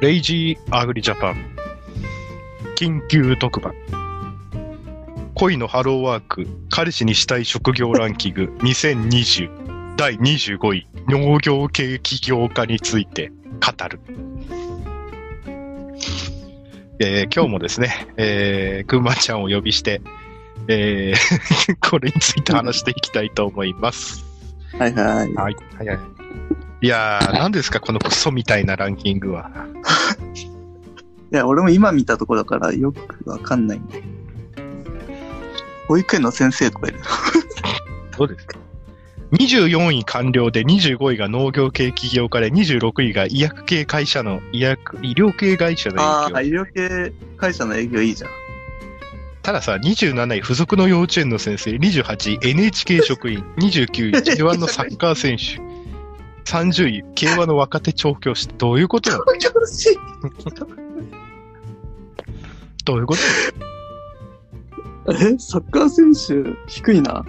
レイジーアグリジャパン緊急特番恋のハローワーク彼氏にしたい職業ランキング2020第25位農業系起業家について語る。今日もですね、くんまちゃんをお呼びして、これについて話していきたいと思います。 はいはい。 はい。いやー、何ですかこのクソみたいなランキングは。 いや、俺も今見たところだからよくわかんないんで。保育園の先生とかいる。 どうですか。24位官僚で25位が農業系起業家で26位が医療系会社の営業。 ああ、医療系会社の営業いいじゃん。 たださ、27位付属の幼稚園の先生、28位 NHK 職員、29位 J1 のサッカー選手、30位競馬の若手調教師。どういうことなの？ 調教師どういうこと？ サッカー選手低いな。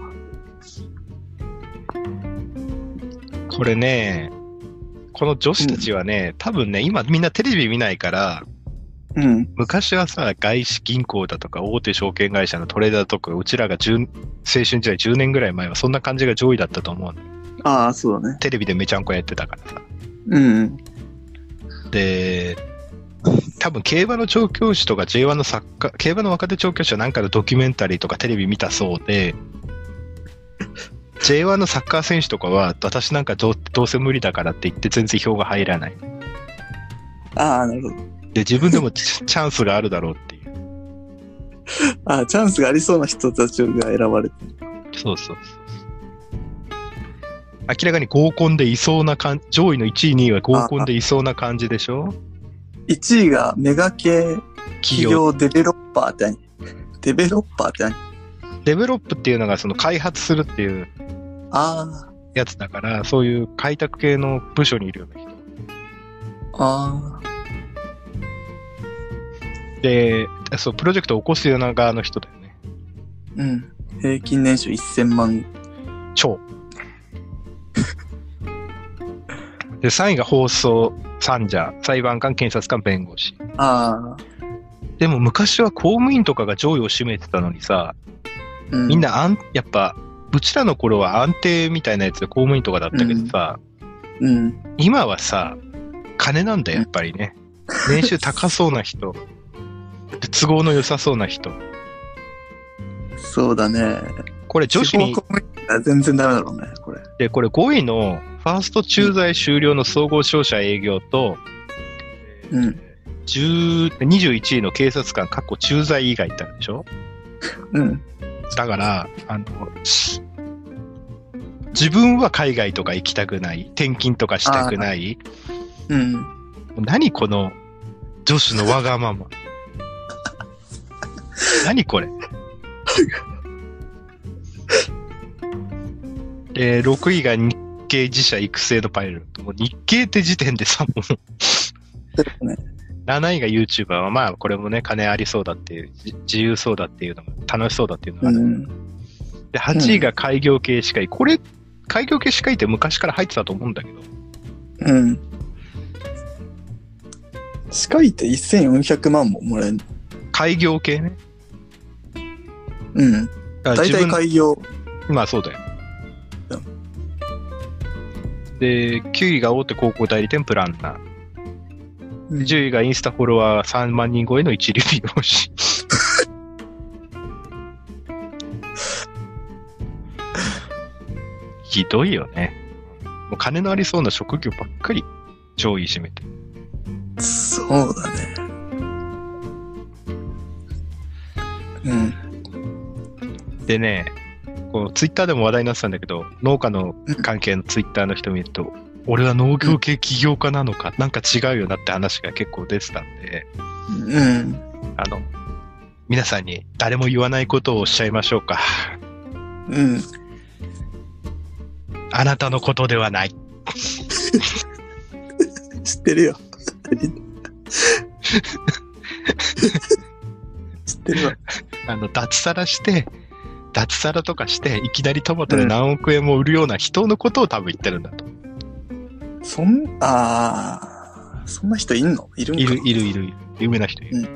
これね、この女子たちはね、多分ね、今みんなテレビ見ないから、昔はさ、外資銀行だとか大手証券会社のトレーダーとか、うちらが青春時代10年ぐらい前はそんな感じが上位だったと思うの。 ああ、そうだね。 テレビでめちゃんこやってたからさ。で、多分競馬の調教師とか J1 の競馬の若手調教師はなんかのドキュメンタリーとかテレビ見たそうで、J1 のサッカー選手とかは私なんかどうせ無理だからって言って全然票が入らない。 ああ、なるほど。 で、自分でもチャンスがあるだろうっていう。 ああ、チャンスがありそうな人たちが選ばれてる。 そう。明らかに合コンでいそうな上位の1位、2位は合コンでいそうな感じでしょ？ 1 位がメガ系企業デベロッパーって何？デベロッパーって何？ デベロップっていうのがその開発するっていうやつだから、そういう開拓系の部署にいるような人。で、そう、プロジェクトを起こすような側の人だよね。 平均年収1000万。 超。で、3位が放送三者、裁判官、検察官、弁護士。でも昔は公務員とかが上位を占めてたのにさ、みんなやっぱ、うちらの頃は安定みたいなやつで公務員とかだったけどさ、今はさ、金なんだよ、やっぱりね。年収高そうな人。で都合の良さそうな人。 そうだね。 これ女子に。 全然ダメだろうね、これ。 で、これ5位のファースト駐在終了の総合商社営業と、21位の警察官、駐在以外ってあるでしょ？だから、自分は海外とか行きたくない、転勤とかしたくない。何この女子のわがまま。何これ。で、6位が日系自社育成のパイロット。もう日系って時点でさ、もう7位が YouTuber は、まあこれもね、金ありそうだっていう、自由そうだっていうのが、楽しそうだっていうのがある。で、8位が開業系歯科医。これ、開業系歯科医って昔から入ってたと思うんだけど。 歯科医って1400万ももらえるの？ 開業系ね。 大体開業。 まあそうだよ。で、9位が大手広告代理店プランナー。10位がインスタフォロワー3万人超えの一流美容師。ひどいよね。もう金のありそうな職業ばっかり上位占めて。 そうだね。 でね、こうツイッターでも話題になってたんだけど、農家の関係のツイッターの人見ると、俺は農業系起業家なのか、なんか違うよなって話が結構出てたんで、皆さんに誰も言わないことをおっしゃいましょうか。あなたのことではない。 知ってるよ。知ってるわ。 脱サラとかして、いきなりトマトで何億円も売るような人のことを多分言ってるんだと。 そんな人いんの？いるんかな？ いる。有名な人いる。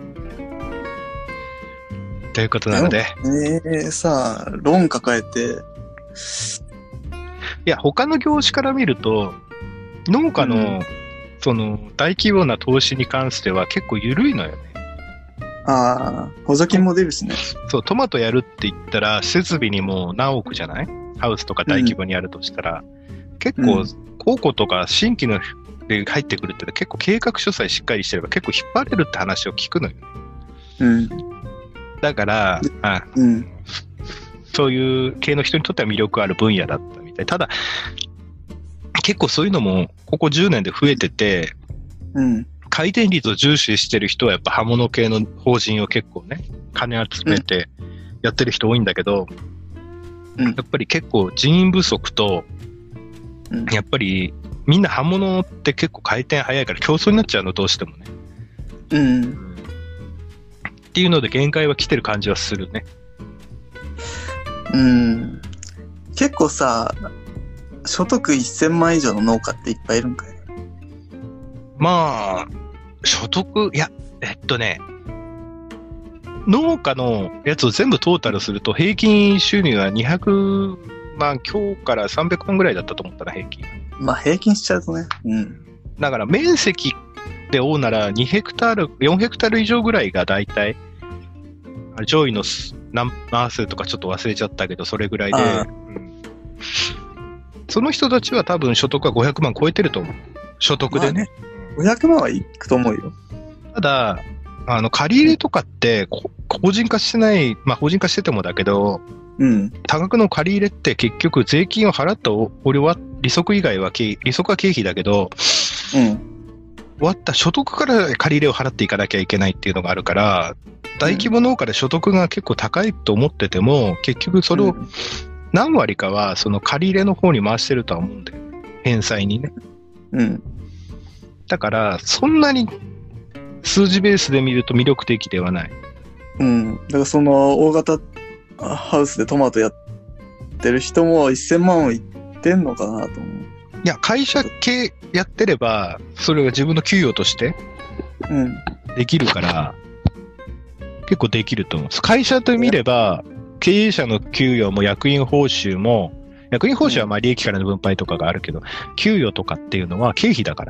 ということなので。 さあ、ローン抱えて。 いや、他の業種から見ると、農家の、その、大規模な投資に関しては結構緩いのよね。 ああ、補助金も出るしね。 そう、トマトやるって言ったら、設備にも何億じゃない？ハウスとか大規模にやるとしたら、結構、公庫とか新規ので入ってくるって結構計画書さえしっかりしてれば結構引っ張れるって話を聞くのよね。だから、そういう系の人にとっては魅力ある分野だったみたい。ただ、結構そういうのもここ10年で増えてて、回転率を重視してる人はやっぱ刃物系の法人を結構ね、金集めてやってる人多いんだけど、やっぱり結構人員不足と、やっぱりみんな刃物って結構回転早いから競争になっちゃうの、どうしてもね。っていうので限界は来てる感じはするね。 結構さ、所得1000万以上の農家っていっぱいいるんかい？ まあ、所得、いや、農家のやつを全部トータルすると平均収入は200万強から300万ぐらいだったと思ったな、平均。 まあ平均しちゃうとね。 だから面積で追うなら2ヘクタール、4ヘクタール以上ぐらいが大体、上位の何数とかちょっと忘れちゃったけど、それぐらいで、その人たちは多分所得は500万超えてると思う。所得でね。 500万はいくと思うよ。 ただ、借り入れとかって法人化してない、まあ法人化しててもだけど、多額の借り入れって結局税金を払った俺は利息以外は利息は経費だけど、終わった所得から借り入れを払っていかなきゃいけないっていうのがあるから、大規模農家で所得が結構高いと思ってても、結局それを何割かはその借り入れの方に回してるとは思うんだよ。返済にね。だからそんなに数字ベースで見ると魅力的ではない。 だからその大型ハウスでトマトやってる人も1000万はいってんのかなと思う。 いや、会社系やってれば、それが自分の給与として、できるから、結構できると思う。会社と見れば、経営者の給与も役員報酬も、役員報酬はまあ利益からの分配とかがあるけど、給与とかっていうのは経費だから。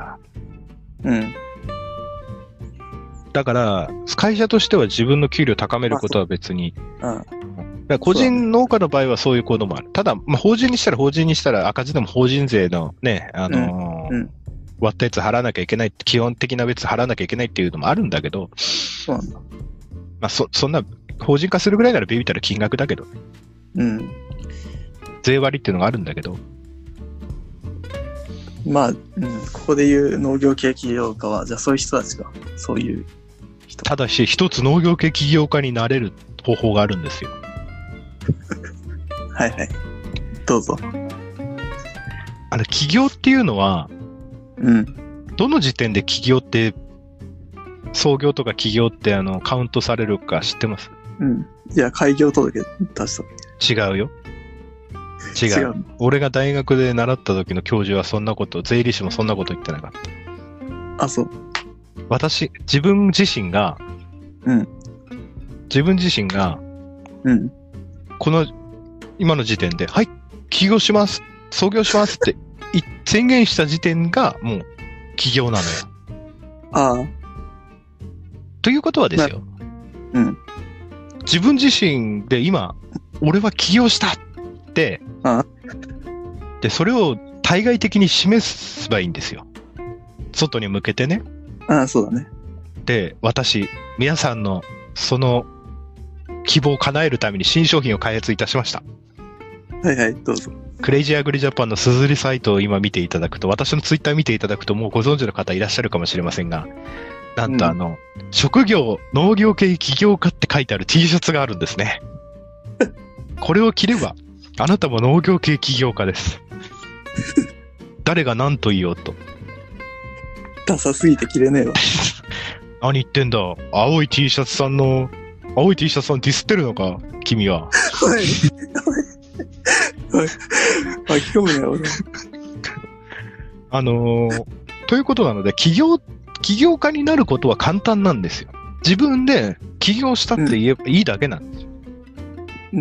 だから、会社としては自分の給料を高めることは別に。個人農家の場合はそういうこともある。ただ、まあ、法人にしたら赤字でも法人税のね、割ったやつ払わなきゃいけない、基本的な別払わなきゃいけないっていうのもあるんだけど、 そうなんだ。 まあ、そんな、法人化するぐらいならビビったら金額だけどね。税割りっていうのがあるんだけど。 まあ、ここで言う農業系起業家は、じゃあそういう人たちが、そういう人。 ただし、一つ農業系起業家になれる方法があるんですよ。 はいはい。どうぞ。 起業っていうのは、どの時点で起業って、創業とか起業ってカウントされるか知ってます？ いや、開業届出した。違うよ。違う。俺が大学で習った時の教授はそんなこと、税理士もそんなこと言ってなかった。 あ、そう。 自分自身が、この、今の時点で、はい、起業します、創業しますって宣言した時点が、もう、起業なのよ。ということはですよ。自分自身で今、俺は起業したって、で、それを対外的に示せばいいんですよ。外に向けてね。 そうだね。 で、皆さんの、その、希望を叶えるために新商品を開発いたしました。 はいはい、どうぞ。 クレイジーアグリジャパンのすずりサイトを今見ていただくと、私のツイッター見ていただくともうご存知の方いらっしゃるかもしれませんが、なんと職業、農業系起業家って書いてある T シャツがあるんですね。これを着れば、あなたも農業系起業家です。誰が何と言おうと。 ダサすぎて着れねえわ。 何言ってんだ。青い T シャツさんディスってるのか君は。 巻き込むなよ、 俺。ということなので、起業起業家になることは簡単なんですよ。自分で起業したって言えばいいだけなんですよ。 うん。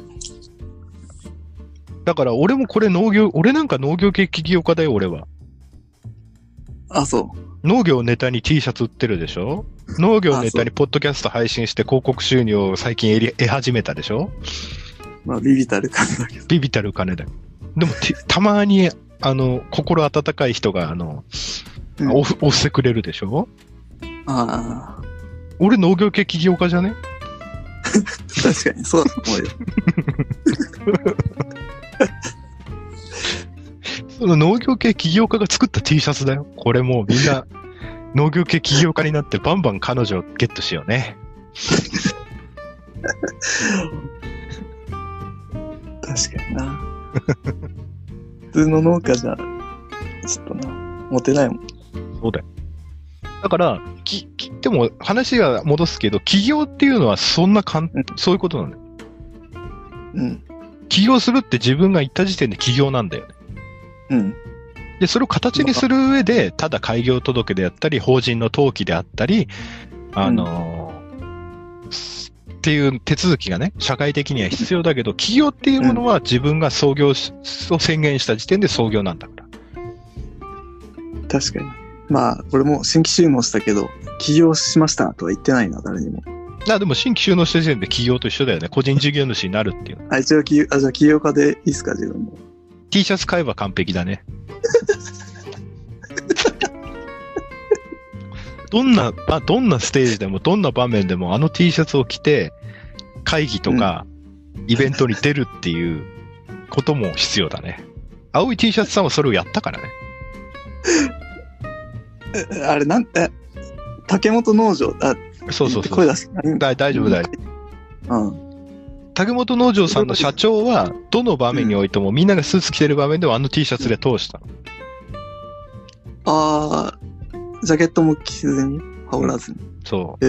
だから俺もこれ俺なんか農業系起業家だよ、俺は。 あ、そう。農業をネタに T シャツ売ってるでしょ。農業をネタにポッドキャスト配信して広告収入を最近得始めたでしょ。 まあ、ビビたる金だけど。 ビビたる金だよ。でもたまに、心温かい人が、押してくれるでしょ。 ああ。 俺農業系起業家じゃね。 確かに、そうだと思うよ。 その農業系起業家が作った T シャツだよ。これもうみんな農業系起業家になってバンバン彼女をゲットしようね。 確かにな。普通の農家じゃ、ちょっとな、モテないもん。 そうだよ。だから、でも話が戻すけど、起業っていうのはそういうことなんだよ。 うん。 起業するって自分が言った時点で起業なんだよね。 うん。 で、それを形にする上で、ただ開業届であったり、法人の登記であったり、っていう手続きがね、社会的には必要だけど、起業っていうものは自分が創業を宣言した時点で創業なんだから。 確かに。まあ、俺も新規収納したけど、起業しましたとは言ってないな、誰にも。 でも新規収納した時点で起業と一緒だよね。個人事業主になるっていう。 一応じゃあ起業家でいいっすか、自分も。 T シャツ買えば完璧だね。どんなステージでも、どんな場面でも、T シャツを着て、会議とか、イベントに出るっていうことも必要だね。青い T シャツさんはそれをやったからね。 あれ、竹本農場、 そう。 声出す。 大丈夫。 うん。 竹本農場さんの社長は、どの場面においても、みんながスーツ着てる場面でもT シャツで通したの。 ああ、ジャケットも着ずに、羽織らずに。 そう。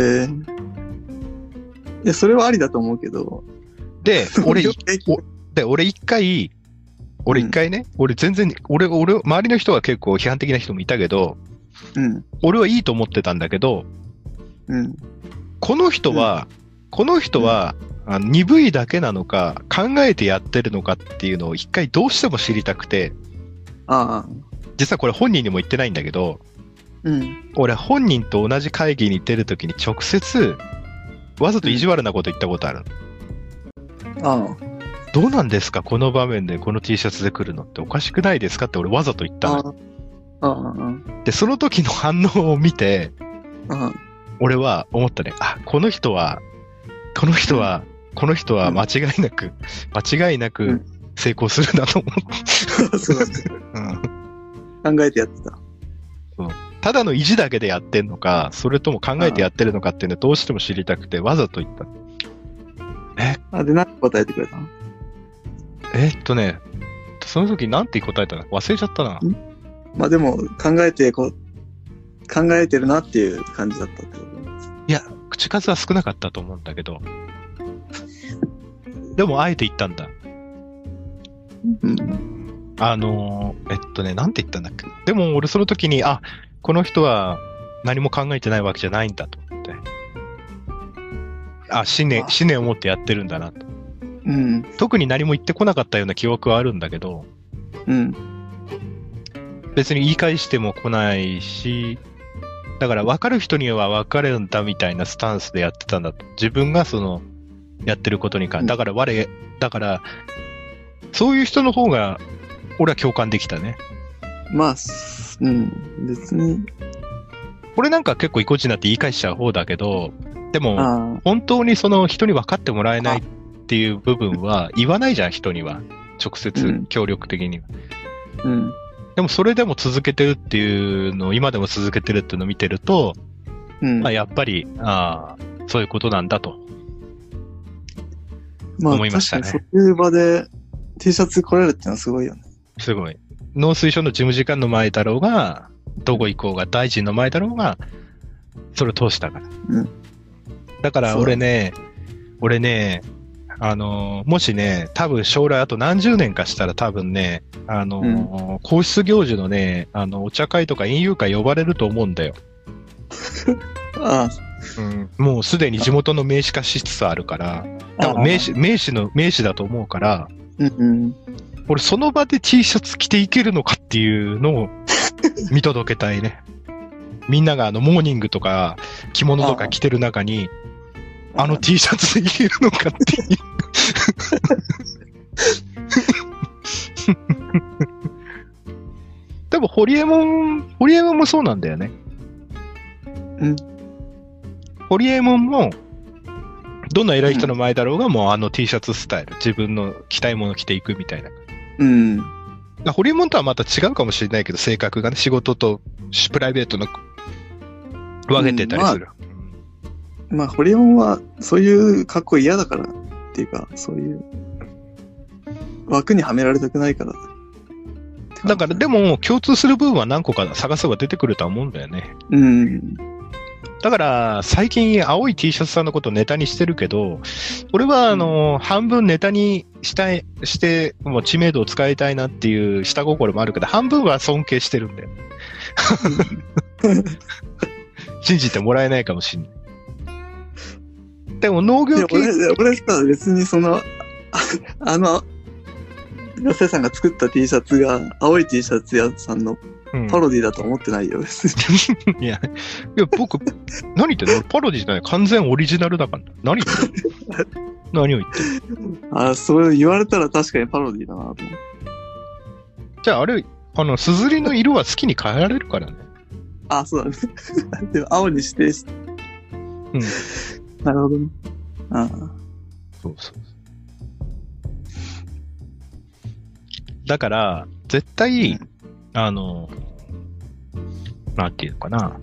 いや、それはありだと思うけど。 で、俺一回ね、俺全然、周りの人は結構批判的な人もいたけど、俺はいいと思ってたんだけど、この人は、鈍いだけなのか、考えてやってるのかっていうのを一回どうしても知りたくて、実はこれ本人にも言ってないんだけど、俺本人と同じ会議に出るときに直接、わざと意地悪なこと言ったことある。どうなんですかこの場面でこの T シャツで来るのっておかしくないですかって俺わざと言ったの。で、その時の反応を見て、俺は思ったね。この人は間違いなく成功するなと思って。そうなんだ。 考えてやってた。 ただの意地だけでやってんのか、それとも考えてやってるのかっていうのはどうしても知りたくてわざと言った。 で、何答えてくれたの？ その時なんて答えたの忘れちゃったな。 まあでも、考えてるなっていう感じだったってこと。 いや、口数は少なかったと思うんだけど。でも、あえて言ったんだ。なんて言ったんだっけ。でも、俺その時に、この人は何も考えてないわけじゃないんだと思って。信念を持ってやってるんだなと。特に何も言ってこなかったような記憶はあるんだけど、別に言い返しても来ないし、だから分かる人には分かるんだみたいなスタンスでやってたんだと。自分がやってることに関して。だからそういう人の方が、俺は共感できたね。 まあ、別に。 俺なんか結構意固地になって言い返しちゃう方だけど、でも、本当に人に分かってもらえないっていう部分は言わないじゃん、人には。直接、協力的には。でもそれでも続けてるっていうのを、今でも続けてるっていうのを見てると、やっぱり、そういうことなんだと。思いましたね。 確かにそういう場で T シャツ来れるってのはすごいよね。 すごい。農水省の事務次官の前だろうが、どこ行こうが大臣の前だろうが、それを通したから。だから俺ね、もしね、多分将来あと何十年かしたら多分ね、皇室行事のね、お茶会とか園遊会呼ばれると思うんだよ。 ああ、 うん、もうすでに地元の名詞化しつつあるから、多分名詞だと思うから、 うんうん、 俺その場で T シャツ着ていけるのかっていうのを見届けたいね。みんながモーニングとか着物とか着てる中に、T シャツでいけるのかっていう。多分ホリエモンもそうなんだよね。 うん。 ホリエモンも、どんな偉い人の前だろうが、もうT シャツスタイル、自分の着たいもの着ていくみたいな。 うん。 ホリエモンとはまた違うかもしれないけど、性格がね、仕事とプライベートの分けてたりする。 まあ、ホリエモンは、そういう格好嫌だからっていうか、そういう枠にはめられたくないから。 だから、でも、共通する部分は何個か探せば出てくるとは思うんだよね。 うん。 だから、最近、青い T シャツさんのことをネタにしてるけど、俺は、半分ネタにして、もう知名度を使いたいなっていう下心もあるけど、半分は尊敬してるんだよ。信じてもらえないかもしれない。でも、農業系。 俺さ、別にヨセさんが作った T シャツが、青い T シャツ屋さんのパロディだと思ってないよ、別に。いや、僕、何言ってんの？パロディじゃない、完全オリジナルだから。何言ってんの？何を言ってんの？そう言われたら確かにパロディだなと思って。 じゃあ、あれ、すずりの色は好きに変えられるからね。 そうだね。でも、青に指定して。 うん。 なるほどね。 そう。だから、絶対、なんていうのかな。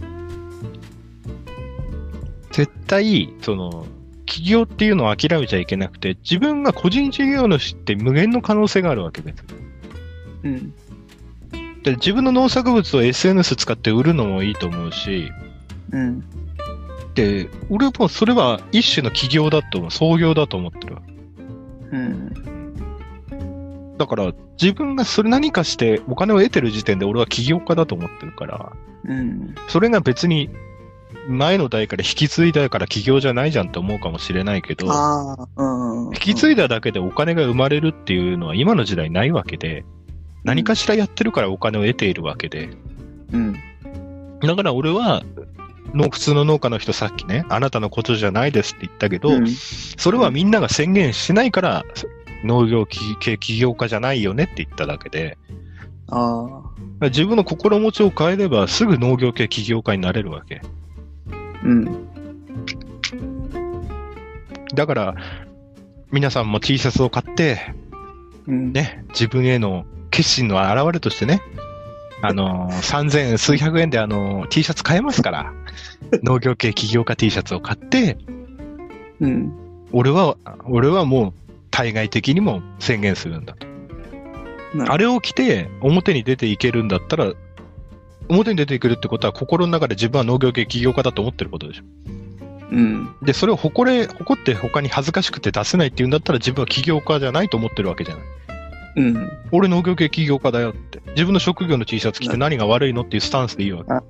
絶対、起業っていうのを諦めちゃいけなくて、自分が個人事業主って無限の可能性があるわけです。 うん。 で、自分の農作物を SNS 使って売るのもいいと思うし、 うん。 で、俺もそれは一種の起業だと思う、創業だと思ってるわ。 うん。 だから、自分がそれ何かしてお金を得てる時点で俺は起業家だと思ってるから、 うん。 それが別に前の代から引き継いだから起業じゃないじゃんって思うかもしれないけど、引き継いだだけでお金が生まれるっていうのは今の時代ないわけで、何かしらやってるからお金を得ているわけで、 うん。 だから俺は、普通の農家の人さっきね、あなたのことじゃないですって言ったけど、それはみんなが宣言しないから、農業系起業家じゃないよねって言っただけで、自分の心持ちを変えればすぐ農業系起業家になれるわけ。 うん。 だから、皆さんも T シャツを買って、ね、自分への決心の表れとしてね、3000数百円でT シャツ買えますから、農業系起業家 T シャツを買って、俺はもう対外的にも宣言するんだと。あれを着て表に出ていけるんだったら、表に出ていけるってことは心の中で自分は農業系起業家だと思ってることでしょ。で、それを誇って他に恥ずかしくて出せないっていうんだったら自分は起業家じゃないと思ってるわけじゃない。俺農業系起業家だよって。自分の職業の T シャツ着て何が悪いのっていうスタンスでいいわけ。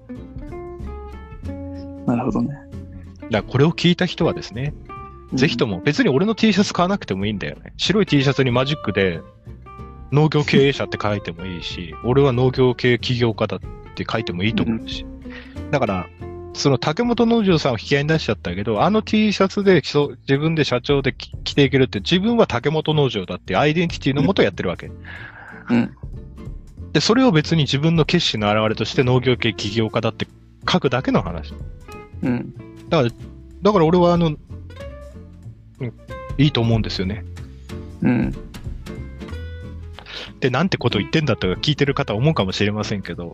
なるほどね。 だからこれを聞いた人はですね、ぜひとも別に俺の T シャツ買わなくてもいいんだよね。白い T シャツにマジックで農業経営者って書いてもいいし、俺は農業系起業家だって書いてもいいと思うし。だから、その竹本農場さんを引き合いに出しちゃったけど、T シャツで自分で社長で着ていけるって、自分は竹本農場だっていうアイデンティティのもとやってるわけ。で、それを別に自分の決心の表れとして農業系起業家だって書くだけの話。だから俺はいいと思うんですよね。で、なんてこと言ってんだと聞いてる方は思うかもしれませんけど。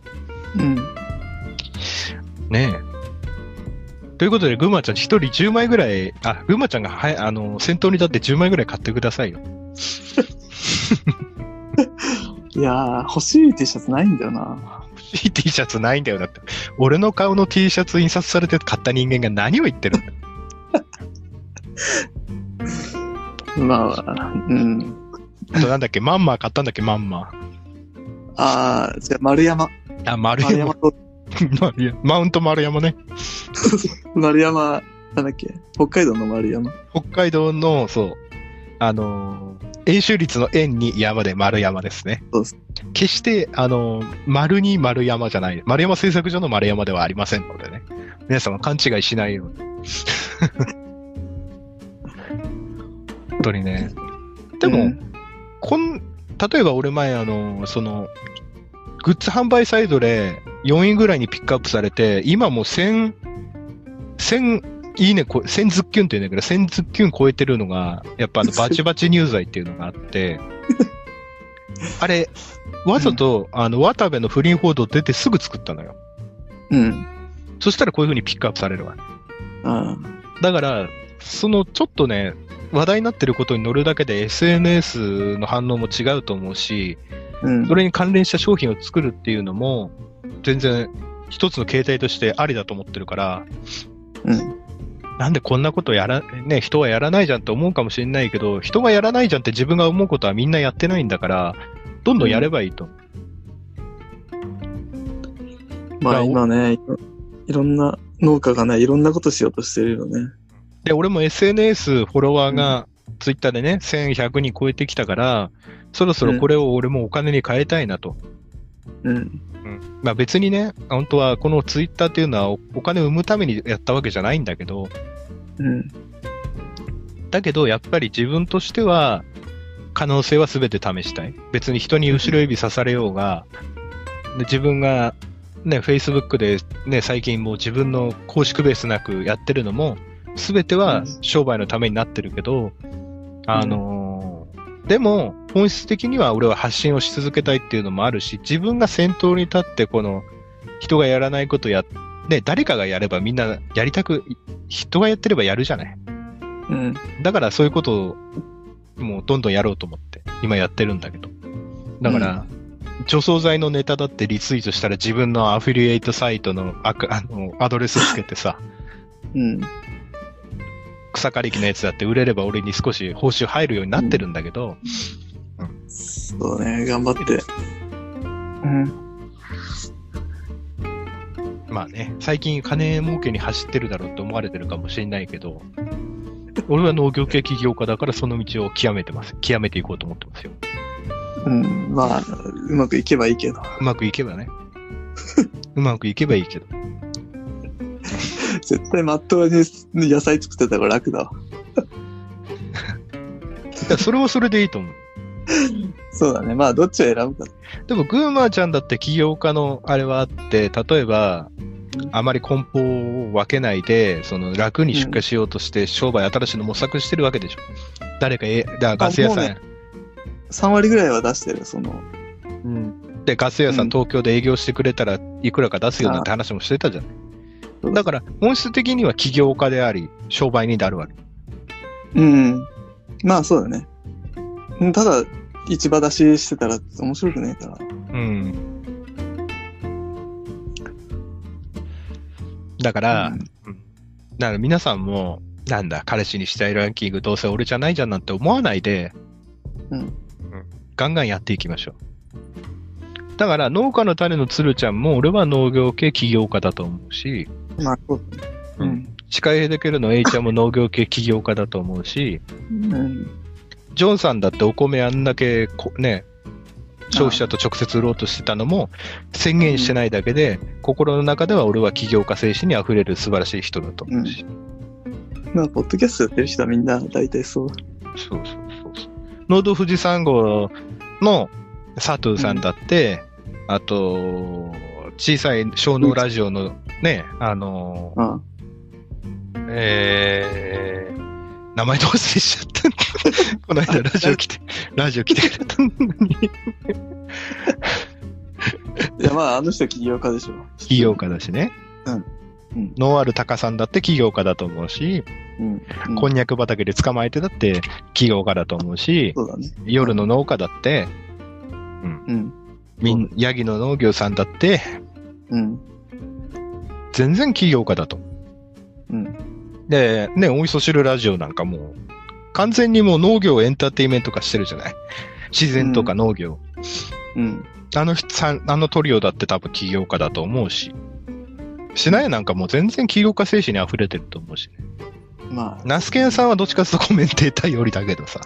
ねえ。ということで、ぐまちゃん一人10枚ぐらい、ぐまちゃんが先頭に立って10枚ぐらい買ってくださいよ。 いやー、欲しい T シャツないんだよな。 欲しい T シャツないんだよなって。俺の顔の T シャツ印刷されて買った人間が何を言ってるんだ。 まあ、 あとなんだっけ、マンマー買ったんだっけ、マンマー。 じゃあ丸山。 丸山。 マウント丸山ね。 丸山、なんだっけ、北海道の丸山。 北海道の、そう、円周率の円に山で丸山ですね。 そうです。 決して、丸に丸山じゃない。丸山製作所の丸山ではありませんのでね。皆様勘違いしないように。本当にね。でも、例えば俺前、グッズ販売サイトで4位ぐらいにピックアップされて、今もう1000いいね、1000ズッキュンって言うんだけど、1000ズッキュン超えてるのが、やっぱバチバチ入罪っていうのがあって、あれ、わざと、渡部の不倫報道出てすぐ作ったのよ。 うん。 そしたらこういう風にピックアップされるわ。だから、ちょっとね、話題になってることに乗るだけで SNS の反応も違うと思うし、それに関連した商品を作るっていうのも、全然一つの形態としてありだと思ってるから、なんでこんなこと人はやらないじゃんって思うかもしれないけど、人がやらないじゃんって自分が思うことはみんなやってないんだから、どんどんやればいいと。 まあ今ね、いろんな農家がね、いろんなことしようとしてるよね。 で、俺も SNS フォロワーがツイッターでね、1100人超えてきたから、そろそろこれを俺もお金に変えたいなと。まあ別にね、本当はこのツイッターっていうのはお金を生むためにやったわけじゃないんだけど、だけどやっぱり自分としては可能性は全て試したい。別に人に後ろ指さされようが、で自分がね、Facebook でね、最近もう自分の公式ベースなくやってるのも、全ては商売のためになってるけど、でも、本質的には俺は発信をし続けたいっていうのもあるし、自分が先頭に立ってこの人がやらないことね、誰かがやればみんなやりたく、人がやってればやるじゃない。だからそういうことをもうどんどんやろうと思って今やってるんだけど。だから、除草剤のネタだってリツイートしたら自分のアフィリエイトサイトのアドレスつけてさ、草刈り機のやつだって売れれば俺に少し報酬入るようになってるんだけど、 そうね、頑張って。 まあね、最近金儲けに走ってるだろうって思われてるかもしれないけど、俺は農業系起業家だからその道を極めていこうと思ってますよ。 まあ、うまくいけばいいけど。 うまくいけばね。うまくいけばいいけど。 絶対まっとうに野菜作ってた方が楽だわ。 それはそれでいいと思う。 そうだね。まあ、どっちを選ぶか。 でも、グーマーちゃんだって起業家のあれはあって、例えば、あまり梱包を分けないで、楽に出荷しようとして、商売新しいの模索してるわけでしょ。ガス屋さん。 3割ぐらいは出してる、 で、ガス屋さん東京で営業してくれたらいくらか出すよなんて話もしてたじゃない。だから、本質的には起業家であり、商売になるわけ。 まあ、そうだね。ただ、市場出ししてたら面白くねえから。 だから皆さんも、なんだ、彼氏にしたいランキングどうせ俺じゃないじゃんなんて思わないで、ガンガンやっていきましょう。だから農家の種のつるちゃんも俺は農業系起業家だと思うし、司会ヘデケルの A ちゃんも農業系起業家だと思うし、ジョンさんだってお米あんだけね、消費者と直接売ろうとしてたのも宣言してないだけで、心の中では俺は起業家精神にあふれる素晴らしい人だと思うし。 まあ、ポッドキャストやってる人はみんな大体そう。 農道富士山号の佐藤さんだって、あと、小さい小農ラジオのね、名前どう忘れしちゃった。この間ラジオ来てくれたのに。 いや、まあ、あの人は起業家でしょ。 起業家だしね。ノーアルタカさんだって起業家だと思うし、こんにゃく畑で捕まえてだって起業家だと思うし、夜の農家だって、ヤギの農業さんだって、全然起業家だと。で、ね、お味噌汁ラジオなんかもう、完全にもう農業をエンターテインメント化してるじゃない。自然とか農業。あのトリオだって多分起業家だと思うし。 しないなんかもう全然起業家精神に溢れてると思うしね。 まあ。 ナスケンさんはどっちかというとコメンテーターよりだけどさ。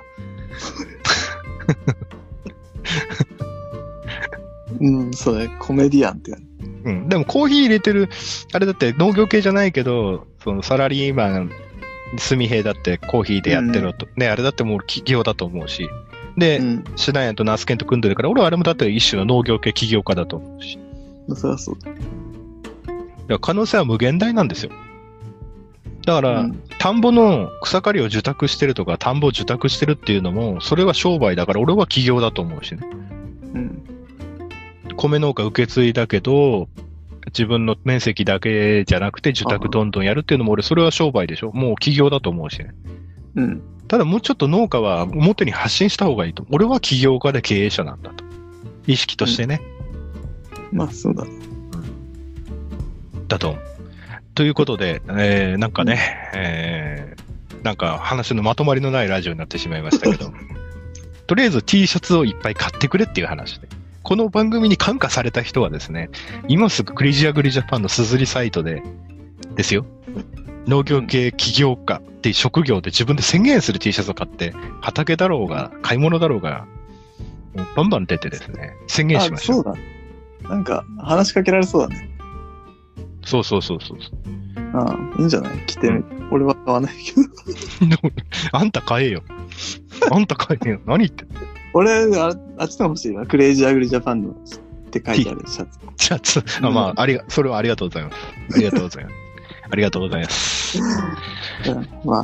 うん、そうね。コメディアンって感じ。 うん。でもコーヒー入れてる、あれだって農業系じゃないけど、そのサラリーマン、住平だってコーヒーでやってると、ね、あれだってもう企業だと思うし。で、シュナイアンとナスケンと組んでるから、俺はあれもだって一種の農業系起業家だと思うし。 そりゃそうだ。 だから可能性は無限大なんですよ。だから、田んぼの草刈りを受託してるとか、田んぼを受託してるっていうのも、それは商売だから、俺は起業だと思うしね。 うん。 米農家受け継いだけど、自分の面積だけじゃなくて受託どんどんやるっていうのも俺それは商売でしょ。もう起業だと思うしね。 うん。 ただもうちょっと農家は表に発信した方がいいと。俺は起業家で経営者なんだと。意識としてね。 まあそうだ。 だと思う。ということで、なんかね、なんか話のまとまりのないラジオになってしまいましたけど、とりあえず T シャツをいっぱい買ってくれっていう話で。この番組に感化された人はですね、今すぐクレイジーアグリジャパンのすずりサイトで、ですよ。農業系起業家っていう職業で自分で宣言する T シャツを買って、畑だろうが、買い物だろうが、もうバンバン出てですね、宣言しましょう。 そうだ。なんか、話しかけられそうだね。 そう。 ああ、いいんじゃない着てみ、俺は買わないけど。 あんた買えよ。何言ってんの俺、あっちの欲しいな。クレイジーアグリジャパンのって書いてあるシャツ。 まあ、それはありがとうございます。ありがとうございます。ありがとうございます。 ま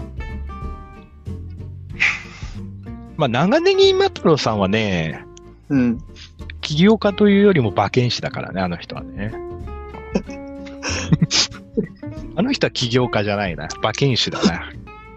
あ、長ネギマトロさんはね、起業家というよりも馬券師だからね、あの人はね。あの人は起業家じゃないな。馬券師だな。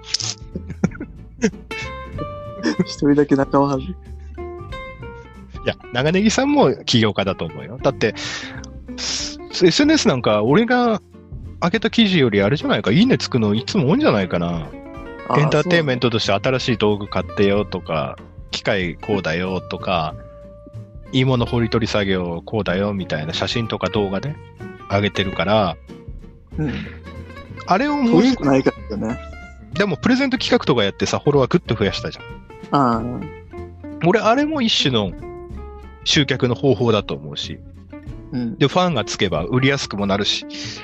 一人だけ仲間外れ。 いや、長ネギさんも起業家だと思うよ。だって、SNS なんか俺が上げた記事よりあれじゃないか、いいねつくのいつも多いんじゃないかな。エンターテインメントとして新しい道具買ってよとか、機械こうだよとか、いいもの掘り取り作業こうだよみたいな写真とか動画で上げてるから、あれをもう遠くないからね。 でもプレゼント企画とかやってさ、フォロワーグッと増やしたじゃん。俺、あれも一種の集客の方法だと思うし。で、ファンがつけば売りやすくもなるし。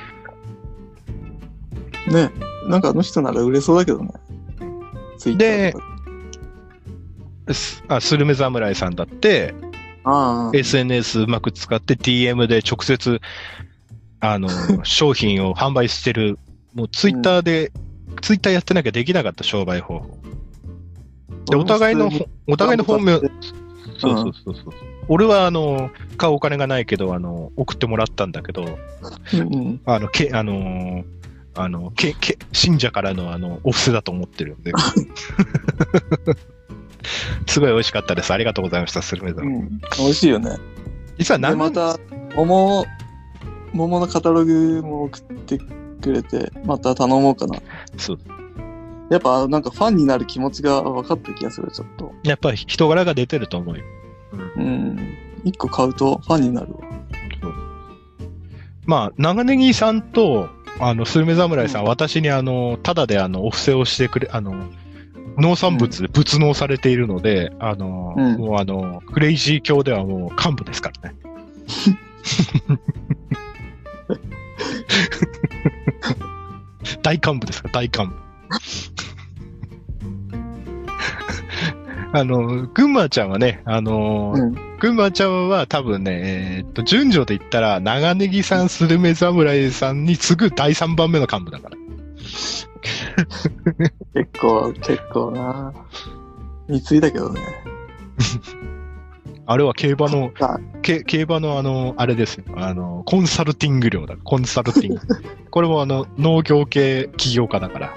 ね、なんかあの人なら売れそうだけどね。ツイッターとか。スルメ侍さんだって、SNS うまく使って DM で直接、商品を販売してる、もうツイッターで、ツイッターやってなきゃできなかった商売方法。で、お互いの本名、そう。俺は、買うお金がないけど、送ってもらったんだけど、信者からのお布施だと思ってるんで。すごい美味しかったです。ありがとうございました、スルメさん。 美味しいよね。 実はまた、桃のカタログも送ってくれて、また頼もうかな。 そう。 やっぱなんかファンになる気持ちが分かった気がする、ちょっと。 やっぱり人柄が出てると思うよ。 一個買うとファンになるわ。 まあ、長ネギさんと、スルメ侍さん、私にただでお布施をしてくれ、農産物で物納されているので、もうクレイジー教ではもう幹部ですからね。大幹部ですか、大幹部。群馬ちゃんはね、群馬ちゃんは多分ね、順序で言ったら、長ネギさん、スルメ侍さんに次ぐ第3番目の幹部だから。 結構な。貢いだけどね。 あれは競馬のあれですよ。コンサルティング料だ。コンサルティング。これも農業系起業家だから。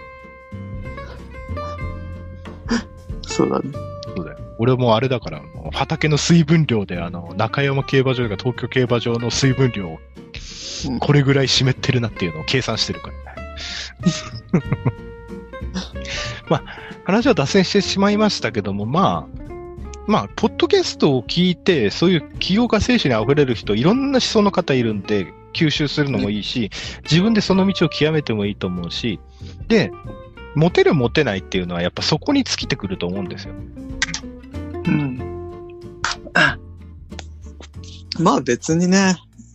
そうだね。 そうだよ。俺もあれだから、畑の水分量で中山競馬場が東京競馬場の水分量をこれぐらい湿ってるなっていうのを計算してるからね。まあ、話は脱線してしまいましたけども、まあ、ポッドキャストを聞いて、そういう起業家精神に溢れる人、いろんな思想の方いるんで、 吸収するのもいいし、自分でその道を極めてもいいと思うし、で、モテるモテないっていうのはやっぱそこに尽きてくると思うんですよ。 うん。まあ別にね、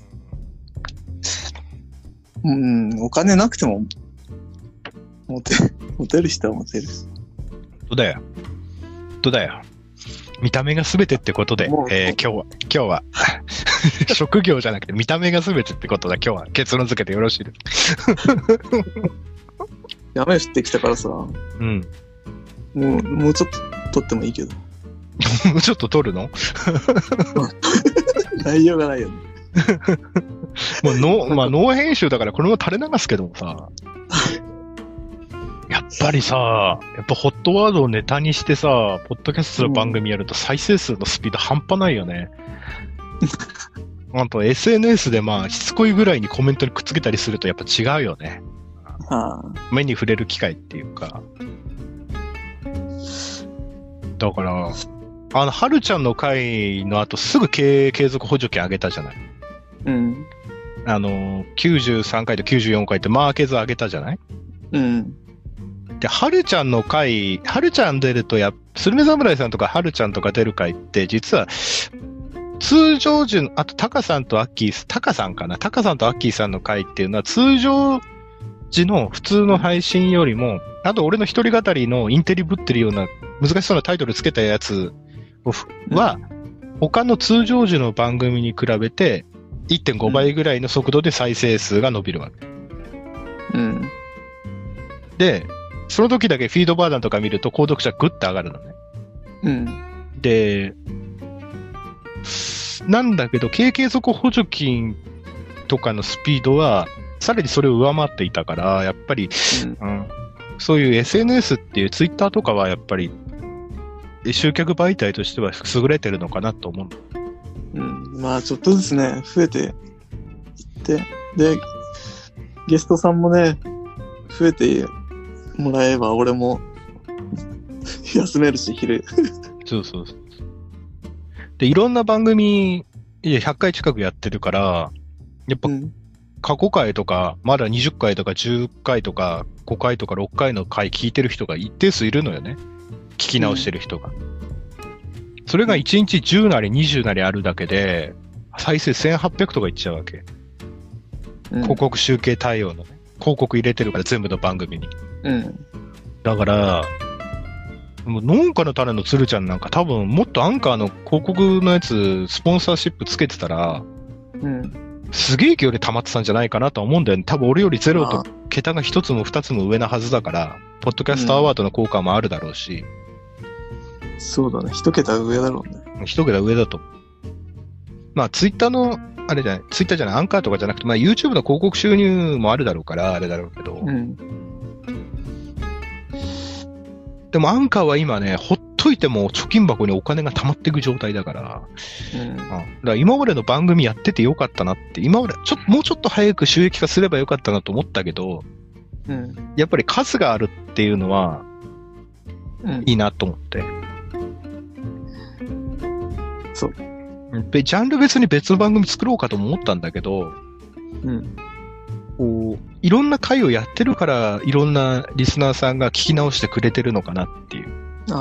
お金なくても、モテる人はモテる。 そうだよ。そうだよ。見た目が全てってことで、今日は職業じゃなくて見た目が全てってことだ。今日は結論付けてよろしいです。 やめ降ってきたからさ、もうちょっと撮ってもいいけど。 もうちょっと撮るの？ 内容がないよね。 もうノー編集だからこれも垂れ流すけどもさ。やっぱりさ、ホットワードをネタにしてさ、ポッドキャストの番組やると再生数のスピード半端ないよね。あと SNS でしつこいぐらいにコメントにくっつけたりするとやっぱ違うよね。目に触れる機会っていうか。だから、はるちゃんの回の後すぐ継続補助金上げたじゃない。 うん。 93回と94回ってマーケズ上げたじゃない。 うん。 で、はるちゃんの回、はるちゃん出るとスルメ侍さんとかはるちゃんとか出る回って、実は、通常時の、あとタカさんとアッキー、タカさんとアッキーさんの回っていうのは、通常時の普通の配信よりも、あと俺の一人語りのインテリぶってるような難しそうなタイトルつけたやつは、他の通常時の番組に比べて、1.5 倍ぐらいの速度で再生数が伸びるわけ。 うん。 で、その時だけフィードバーダンとか見ると購読者グッと上がるのね。 うん。 で、なんだけど、継続補助金とかのスピードは、さらにそれを上回っていたから、やっぱり、そういう SNS っていうツイッターとかはやっぱり、集客媒体としては優れてるのかなと思う。 まあちょっとずつね、増えていって、で、ゲストさんもね、増えてもらえば俺も休めるし、昼。 そう。で、いろんな番組、100回近くやってるから、やっぱ、過去回とか、まだ20回とか10回とか5回とか6回の回聞いてる人が一定数いるのよね。聞き直してる人が。それが1日10なり20なりあるだけで、再生1800とかいっちゃうわけ。広告集計対応のね。広告入れてるから全部の番組に。だから、もう農家の種のつるちゃんなんか多分もっとアンカーの広告のやつ、スポンサーシップつけてたら、すげえ勢いで溜まってたんじゃないかなと思うんだよね。多分俺よりゼロと桁が一つも二つも上なはずだから、ポッドキャストアワードの効果もあるだろうし。 そうだね。一桁上だろうね。 一桁上だと。ツイッターの、ツイッターじゃない、アンカーとかじゃなくて、YouTube の広告収入もあるだろうから、あれだろうけど。でもアンカーは今ね、ほっといても貯金箱にお金が溜まっていく状態だから、だから今までの番組やっててよかったなって、今までもうちょっと早く収益化すればよかったなと思ったけど、やっぱり数があるっていうのは、いいなと思って。 そう。 ジャンル別に別の番組作ろうかとも思ったんだけど、いろんな回をやってるから、いろんなリスナーさんが聞き直してくれてるのかなっていう。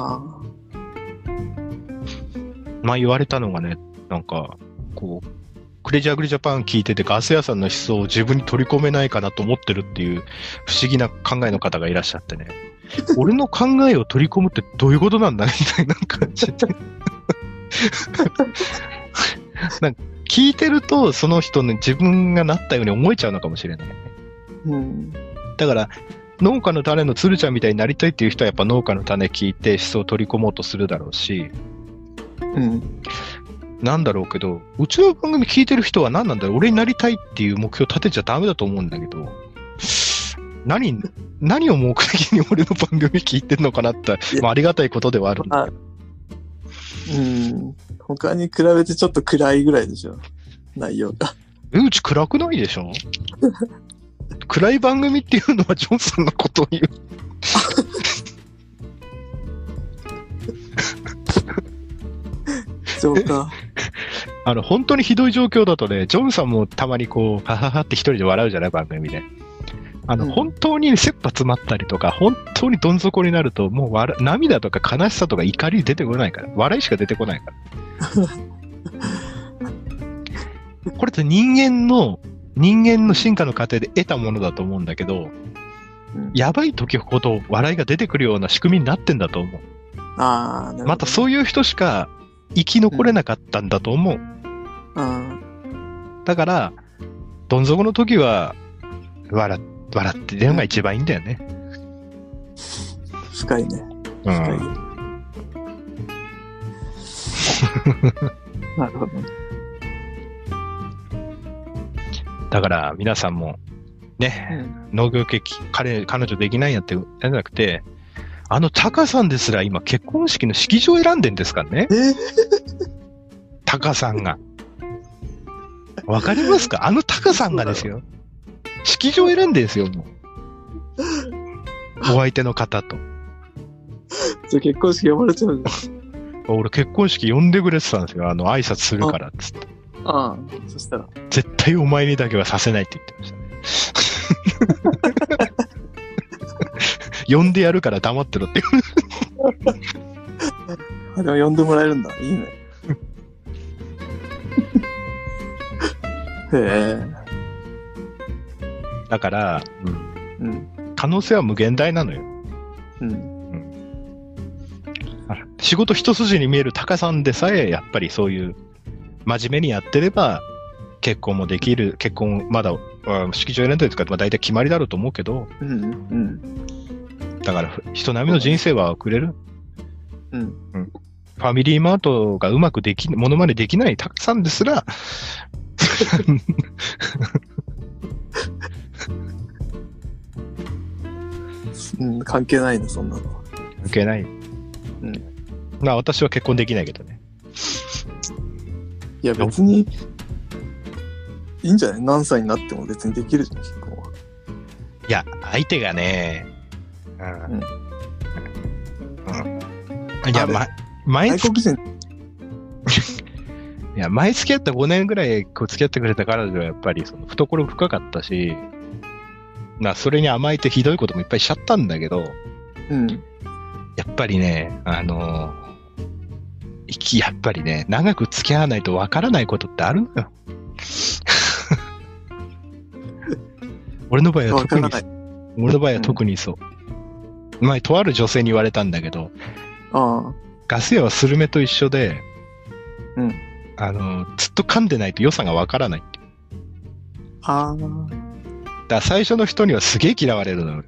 言われたのがね、クレイジーアグリジャパン聞いててガス屋さんの思想を自分に取り込めないかなと思ってるっていう不思議な考えの方がいらっしゃってね。俺の考えを取り込むってどういうことなんだみたいな感じで。なんか聞いてるとその人に自分がなったように思えちゃうのかもしれない、だから農家の種のつるちゃんみたいになりたいっていう人はやっぱ農家の種聞いて思想を取り込もうとするだろうし、なんだろうけど、うちの番組聞いてる人は何なんだろう、俺になりたいっていう目標立てちゃダメだと思うんだけど、何を目的に俺の番組聞いてるのかなって、ありがたいことではあるんだけど。 他に比べてちょっと暗いぐらいでしょ、内容が。 うち暗くないでしょ暗い番組っていうのはジョンさんのことを言う。 そうか。 本当にひどい状況だとね、ジョンさんもたまにこう、はははって一人で笑うじゃない、番組で。本当に切羽詰まったりとか、本当にどん底になると、もう涙とか悲しさとか怒り出てこないから、笑いしか出てこないから。これって人間の進化の過程で得たものだと思うんだけど、やばい時ほど笑いが出てくるような仕組みになってんだと思う。またそういう人しか生き残れなかったんだと思う。だから、どん底の時は、笑ってるのが一番いいんだよね。 深いね。深い。なるほどね。 だから皆さんもね、農業系彼女できないやってじゃなくて、タカさんですら今結婚式の式場選んでんですからね。タカさんが。わかりますか？タカさんがですよ。式場選んでんですよ、もう。お相手の方と。 じゃあ結婚式呼ばれちゃうじゃん。 俺結婚式呼んでくれてたんですよ。挨拶するからっつって。 そしたら。 絶対お前にだけはさせないって言ってましたね。呼んでやるから黙ってろってでも呼んでもらえるんだ。いいね。へえ。 だから、可能性は無限大なのよ。仕事一筋に見えるタカさんでさえ、やっぱりそういう真面目にやってれば、結婚もできる、まだ、式場選んでるとか、大体決まりだろうと思うけど、だから人並みの人生は送れる。ファミリーマートがうまくモノマネできないタカさんですら、 関係ないね、そんなの。 関係ない。私は結婚できないけどね。 いや、別に、いいんじゃない？何歳になっても別にできるじゃん、結婚は。 いや、相手がね、いや、前付き合った5年ぐらい付き合ってくれた彼女はやっぱり懐深かったし、それに甘えてひどいこともいっぱいしちゃったんだけど、やっぱりね、やっぱりね、長く付き合わないとわからないことってあるのよ。俺の場合は特にそう。前、とある女性に言われたんだけど、ガス屋はスルメと一緒で、ずっと噛んでないと良さがわからないって。だから最初の人にはすげえ嫌われるのよ、ね。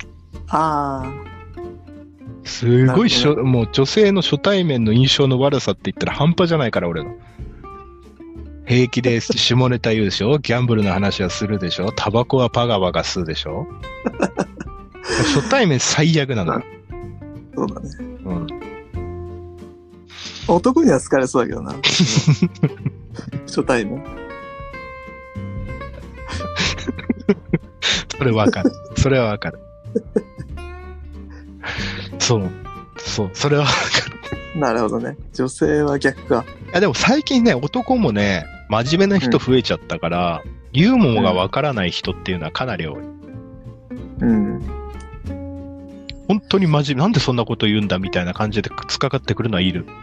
すごいもう女性の初対面の印象の悪さって言ったら半端じゃないから、俺の。平気で下ネタ言うでしょ、ギャンブルの話はするでしょ、タバコはパガパガ吸うでしょ初対面最悪なのよ。 そうだね。男には好かれそうだけどな。初対面。 それわかる。それはわかる。そう、それはわかる。なるほどね。女性は逆か。 でも最近ね、男もね、真面目な人増えちゃったから、ユーモアがわからない人っていうのはかなり多い。本当に真面目、なんでそんなこと言うんだみたいな感じで突っかかってくるのはいる。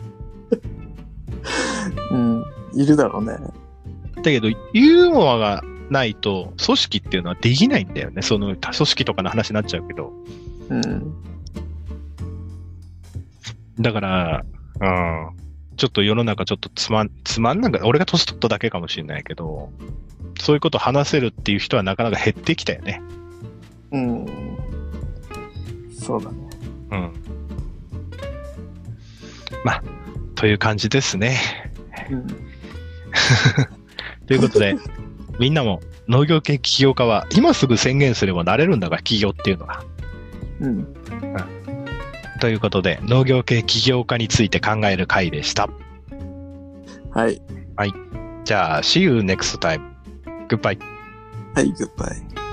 いるだろうね。 だけど、ユーモアがないと、組織っていうのはできないんだよね。組織とかの話になっちゃうけど。だから、ちょっと世の中ちょっとつまんなんか、俺が年取っただけかもしれないけど、そういうことを話せるっていう人はなかなか減ってきたよね。 そうだね。 という感じですね。ということで、みんなも農業系起業家は今すぐ宣言すればなれるんだから、起業っていうのは。ということで、農業系起業家について考える回でした。 はい。 じゃあ、see you next time. Goodbye. はい、Goodbye.